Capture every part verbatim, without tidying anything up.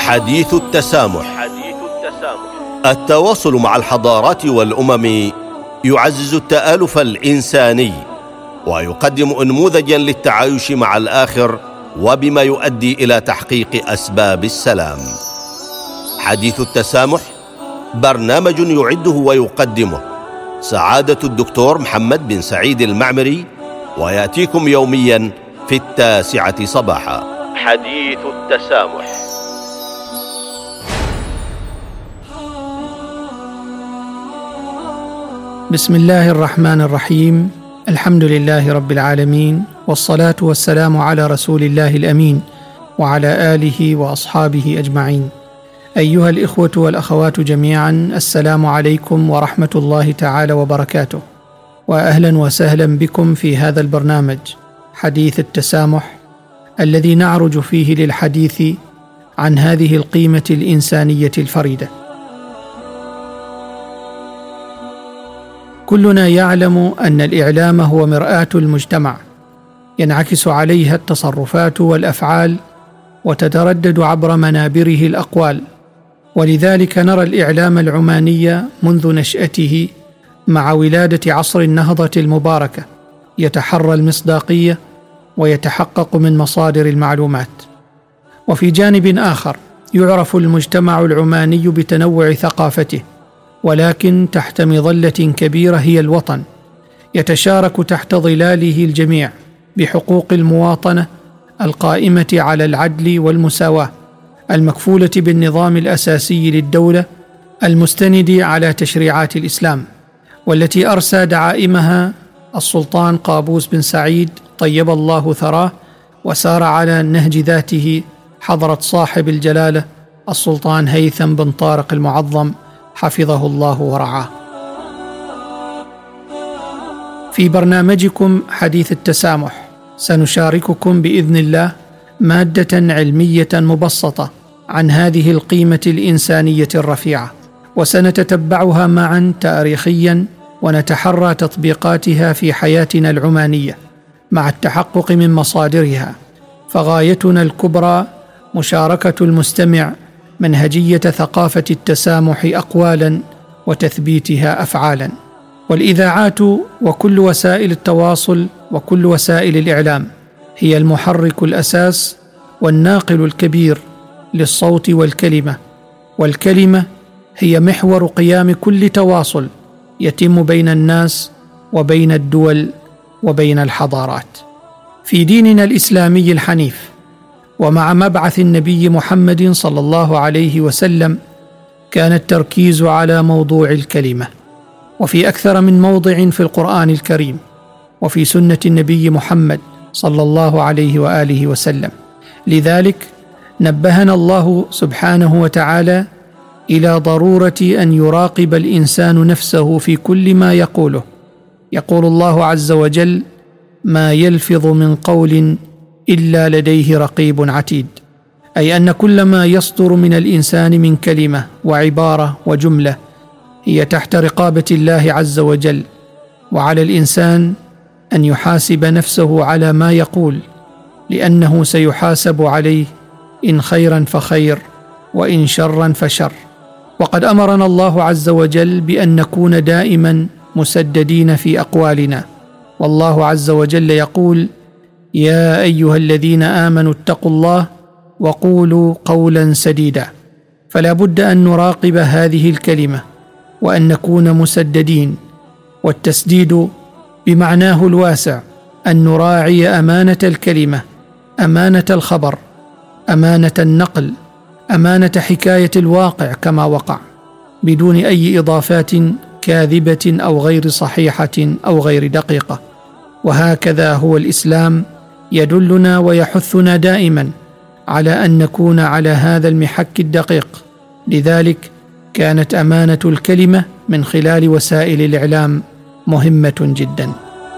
حديث التسامح. التواصل مع الحضارات والأمم يعزز التآلف الإنساني ويقدم أنموذجا للتعايش مع الآخر وبما يؤدي إلى تحقيق أسباب السلام. حديث التسامح برنامج يعده ويقدمه سعادة الدكتور محمد بن سعيد المعمري، ويأتيكم يوميا في التاسعة صباحا. حديث التسامح. بسم الله الرحمن الرحيم. الحمد لله رب العالمين، والصلاة والسلام على رسول الله الأمين وعلى آله وأصحابه أجمعين. أيها الإخوة والأخوات جميعا، السلام عليكم ورحمة الله تعالى وبركاته، وأهلا وسهلا بكم في هذا البرنامج حديث التسامح، الذي نعرج فيه للحديث عن هذه القيمة الإنسانية الفريدة. كلنا يعلم أن الإعلام هو مرآة المجتمع، ينعكس عليها التصرفات والأفعال وتتردد عبر منابره الأقوال، ولذلك نرى الإعلام العماني منذ نشأته مع ولادة عصر النهضة المباركة يتحرى المصداقية ويتحقق من مصادر المعلومات. وفي جانب آخر يعرف المجتمع العماني بتنوع ثقافته، ولكن تحت مظلة كبيرة هي الوطن، يتشارك تحت ظلاله الجميع بحقوق المواطنة القائمة على العدل والمساواة، المكفولة بالنظام الأساسي للدولة المستند على تشريعات الإسلام، والتي أرسى دعائمها السلطان قابوس بن سعيد طيب الله ثراه، وسار على نهج ذاته حضرة صاحب الجلالة السلطان هيثم بن طارق المعظم حفظه الله ورعاه. في برنامجكم حديث التسامح سنشارككم بإذن الله مادة علمية مبسطة عن هذه القيمة الإنسانية الرفيعة، وسنتتبعها معا تاريخيا ونتحرى تطبيقاتها في حياتنا العمانية مع التحقق من مصادرها، فغايتنا الكبرى مشاركة المستمع منهجية ثقافة التسامح أقوالا وتثبيتها أفعالا. والإذاعات وكل وسائل التواصل وكل وسائل الإعلام هي المحرك الأساس والناقل الكبير للصوت والكلمة، والكلمة هي محور قيام كل تواصل يتم بين الناس وبين الدول وبين الحضارات. في ديننا الإسلامي الحنيف ومع مبعث النبي محمد صلى الله عليه وسلم كان التركيز على موضوع الكلمة، وفي أكثر من موضع في القرآن الكريم وفي سنة النبي محمد صلى الله عليه وآله وسلم. لذلك نبهنا الله سبحانه وتعالى إلى ضرورة أن يراقب الإنسان نفسه في كل ما يقوله. يقول الله عز وجل: ما يلفظ من قول إلا لديه رقيب عتيد، أي أن كل ما يصدر من الإنسان من كلمة وعبارة وجملة هي تحت رقابة الله عز وجل، وعلى الإنسان أن يحاسب نفسه على ما يقول، لأنه سيحاسب عليه إن خيرا فخير وإن شرا فشر. وقد أمرنا الله عز وجل بأن نكون دائما مسددين في أقوالنا، والله عز وجل يقول: يا أيها الذين آمنوا اتقوا الله وقولوا قولا سديدا. فلا بد أن نراقب هذه الكلمة وأن نكون مسددين، والتسديد بمعناه الواسع أن نراعي أمانة الكلمة، أمانة الخبر، أمانة النقل، أمانة حكاية الواقع كما وقع، بدون أي إضافات كاذبة أو غير صحيحة أو غير دقيقة. وهكذا هو الإسلام يدلنا ويحثنا دائما على أن نكون على هذا المحك الدقيق. لذلك كانت أمانة الكلمة من خلال وسائل الإعلام مهمة جدا.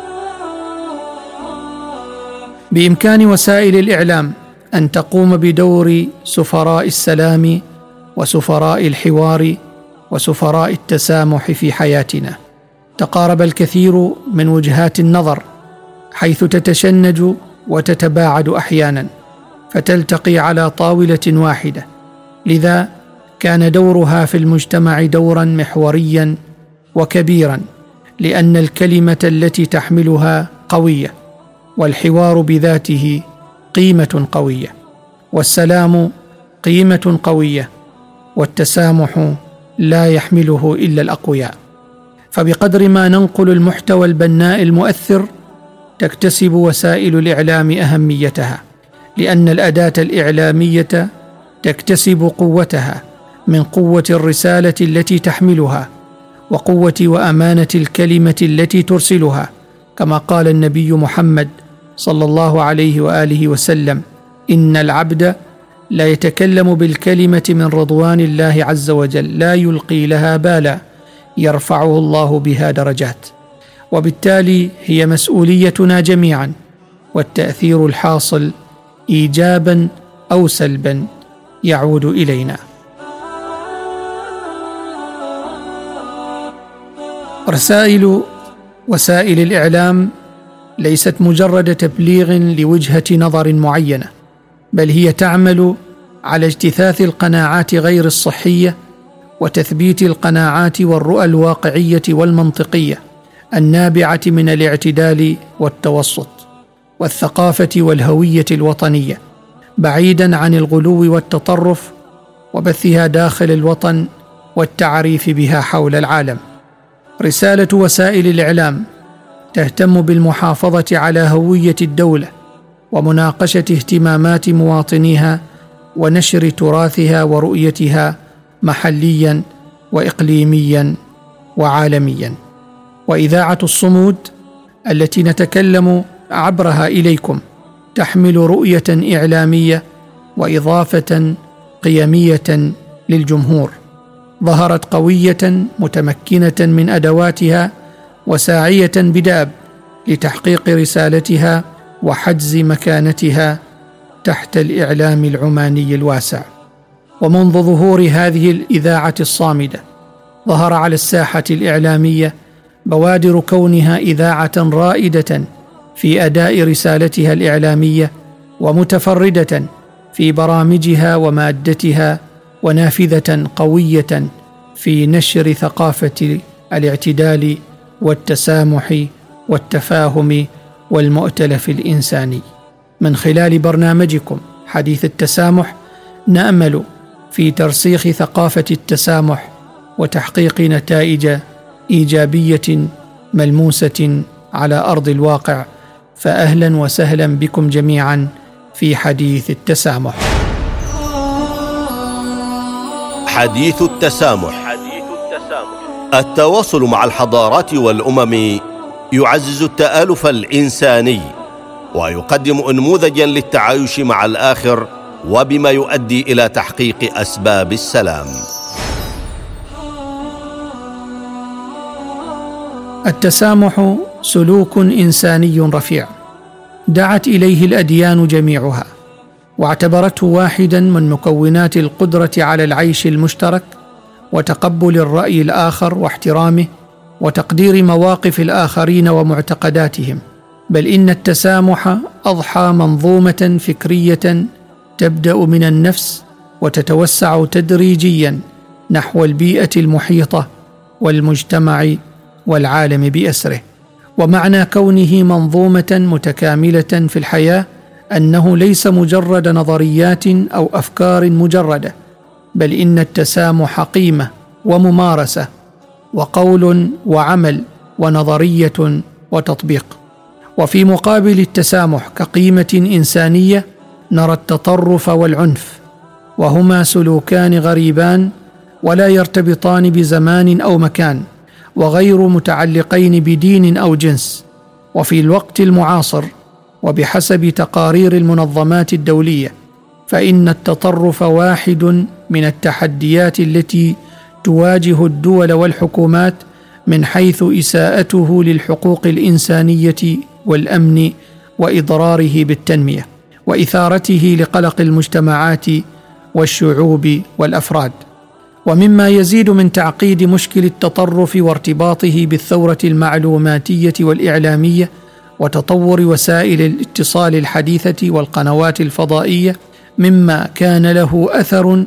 بإمكان وسائل الإعلام أن تقوم بدور سفراء السلام وسفراء الحوار وسفراء التسامح في حياتنا. تقارب الكثير من وجهات النظر، حيث تتشنج وتتباعد أحيانا، فتلتقي على طاولة واحدة، لذا كان دورها في المجتمع دورا محوريا وكبيرا، لأن الكلمة التي تحملها قوية، والحوار بذاته قيمة قوية، والسلام قيمة قوية، والتسامح لا يحمله إلا الأقوياء. فبقدر ما ننقل المحتوى البناء المؤثر تكتسب وسائل الإعلام أهميتها، لأن الأداة الإعلامية تكتسب قوتها من قوة الرسالة التي تحملها، وقوة وأمانة الكلمة التي ترسلها، كما قال النبي محمد صلى الله عليه وآله وسلم: إن العبد لا يتكلم بالكلمة من رضوان الله عز وجل لا يلقي لها بالا يرفعه الله بها درجات. وبالتالي هي مسؤوليتنا جميعا، والتأثير الحاصل إيجابا أو سلبا يعود إلينا. رسائل وسائل الإعلام ليست مجرد تبليغ لوجهة نظر معينة، بل هي تعمل على اجتثاث القناعات غير الصحية وتثبيت القناعات والرؤى الواقعية والمنطقية النابعة من الاعتدال والتوسط والثقافة والهوية الوطنية، بعيدا عن الغلو والتطرف وبثها داخل الوطن والتعريف بها حول العالم. رسالة وسائل الإعلام تهتم بالمحافظة على هوية الدولة ومناقشة اهتمامات مواطنيها ونشر تراثها ورؤيتها محليا وإقليميا وعالميا. وإذاعة الصمود التي نتكلم عبرها إليكم تحمل رؤية إعلامية وإضافة قيمية للجمهور، ظهرت قوية متمكنة من أدواتها وساعية بدأب لتحقيق رسالتها وحجز مكانتها تحت الإعلام العماني الواسع. ومنذ ظهور هذه الإذاعة الصامدة ظهر على الساحة الإعلامية بوادر كونها إذاعة رائدة في أداء رسالتها الإعلامية، ومتفردة في برامجها ومادتها، ونافذة قوية في نشر ثقافة الاعتدال والتسامح والتفاهم والمؤتلف الإنساني. من خلال برنامجكم حديث التسامح نأمل في ترسيخ ثقافة التسامح وتحقيق نتائج إيجابية ملموسة على أرض الواقع. فأهلا وسهلا بكم جميعا في حديث التسامح. حديث التسامح. التواصل مع الحضارات والأمم يعزز التآلف الإنساني ويقدم أنموذجا للتعايش مع الآخر، وبما يؤدي إلى تحقيق أسباب السلام. التسامح سلوك إنساني رفيع دعت إليه الأديان جميعها، واعتبرته واحدا من مكونات القدرة على العيش المشترك وتقبل الرأي الآخر واحترامه وتقدير مواقف الآخرين ومعتقداتهم. بل إن التسامح أضحى منظومة فكرية تبدأ من النفس وتتوسع تدريجيا نحو البيئة المحيطة والمجتمع والعالم بأسره. ومعنى كونه منظومة متكاملة في الحياة أنه ليس مجرد نظريات أو أفكار مجردة، بل إن التسامح قيمة وممارسة وقول وعمل ونظرية وتطبيق. وفي مقابل التسامح كقيمة إنسانية نرى التطرف والعنف، وهما سلوكان غريبان ولا يرتبطان بزمان أو مكان، وغير متعلقين بدين أو جنس. وفي الوقت المعاصر وبحسب تقارير المنظمات الدولية فإن التطرف واحد من التحديات التي تواجه الدول والحكومات من حيث إساءته للحقوق الإنسانية والأمن وإضراره بالتنمية وإثارته لقلق المجتمعات والشعوب والأفراد. ومما يزيد من تعقيد مشكل التطرف وارتباطه بالثورة المعلوماتية والإعلامية وتطور وسائل الاتصال الحديثة والقنوات الفضائية، مما كان له أثر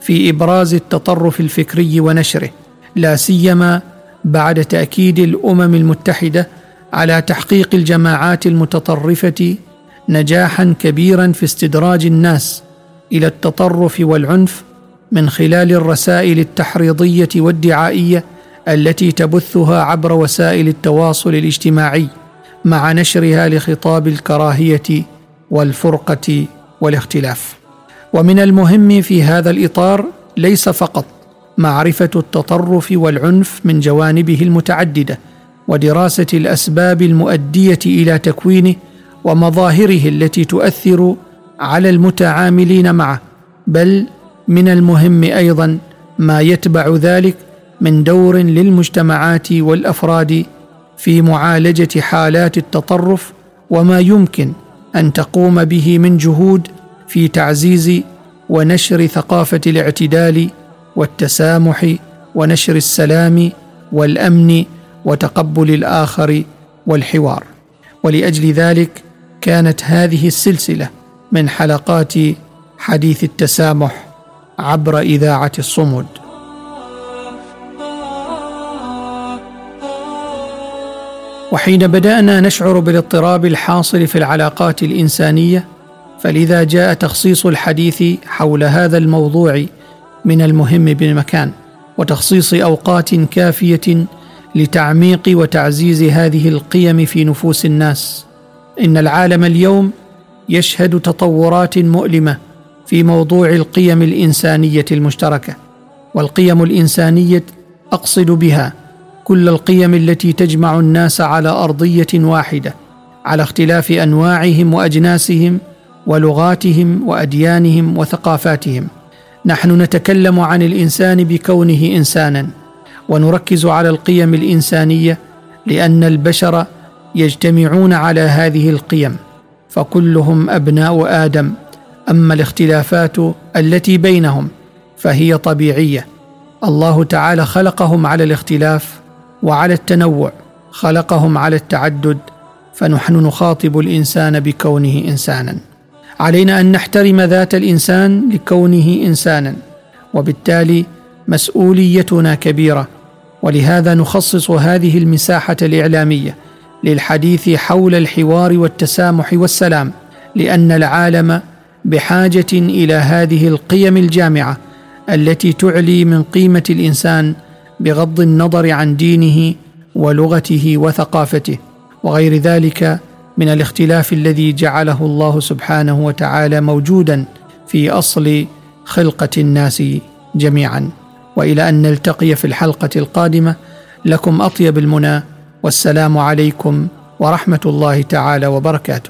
في إبراز التطرف الفكري ونشره، لا سيما بعد تأكيد الأمم المتحدة على تحقيق الجماعات المتطرفة نجاحا كبيرا في استدراج الناس إلى التطرف والعنف من خلال الرسائل التحريضية والدعائية التي تبثها عبر وسائل التواصل الاجتماعي، مع نشرها لخطاب الكراهية والفرقة والاختلاف. ومن المهم في هذا الإطار ليس فقط معرفة التطرف والعنف من جوانبه المتعددة ودراسة الأسباب المؤدية إلى تكوينه ومظاهره التي تؤثر على المتعاملين معه، بل من المهم أيضا ما يتبع ذلك من دور للمجتمعات والأفراد في معالجة حالات التطرف، وما يمكن أن تقوم به من جهود في تعزيز ونشر ثقافة الاعتدال والتسامح ونشر السلام والأمن وتقبل الآخر والحوار. ولأجل ذلك كانت هذه السلسلة من حلقات حديث التسامح عبر إذاعة الصمود. وحين بدأنا نشعر بالاضطراب الحاصل في العلاقات الإنسانية، فلذا جاء تخصيص الحديث حول هذا الموضوع من المهم بمكان، وتخصيص أوقات كافية لتعميق وتعزيز هذه القيم في نفوس الناس. إن العالم اليوم يشهد تطورات مؤلمة في موضوع القيم الإنسانية المشتركة، والقيم الإنسانية أقصد بها كل القيم التي تجمع الناس على أرضية واحدة، على اختلاف أنواعهم وأجناسهم ولغاتهم وأديانهم وثقافاتهم. نحن نتكلم عن الإنسان بكونه إنسانا، ونركز على القيم الإنسانية لأن البشر يجتمعون على هذه القيم، فكلهم أبناء آدم. أما الاختلافات التي بينهم فهي طبيعية، الله تعالى خلقهم على الاختلاف وعلى التنوع، خلقهم على التعدد، فنحن نخاطب الإنسان بكونه إنسانا. علينا أن نحترم ذات الإنسان لكونه إنسانا، وبالتالي مسؤوليتنا كبيرة، ولهذا نخصص هذه المساحة الإعلامية للحديث حول الحوار والتسامح والسلام، لأن العالم بحاجة إلى هذه القيم الجامعة التي تعلي من قيمة الإنسان بغض النظر عن دينه ولغته وثقافته وغير ذلك من الاختلاف الذي جعله الله سبحانه وتعالى موجودا في أصل خلقة الناس جميعا. وإلى أن نلتقي في الحلقة القادمة، لكم أطيب المنى، والسلام عليكم ورحمة الله تعالى وبركاته.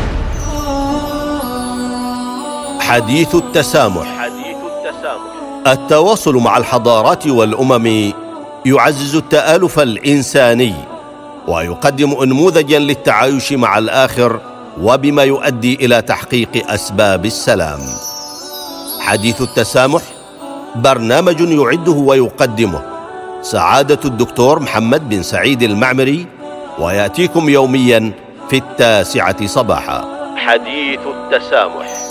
حديث التسامح. التواصل مع الحضارات والأمم يعزز التآلف الإنساني ويقدم أنموذجا للتعايش مع الآخر، وبما يؤدي إلى تحقيق أسباب السلام. حديث التسامح برنامج يعده ويقدمه سعادة الدكتور محمد بن سعيد المعمري، ويأتيكم يوميا في التاسعة صباحا. حديث التسامح.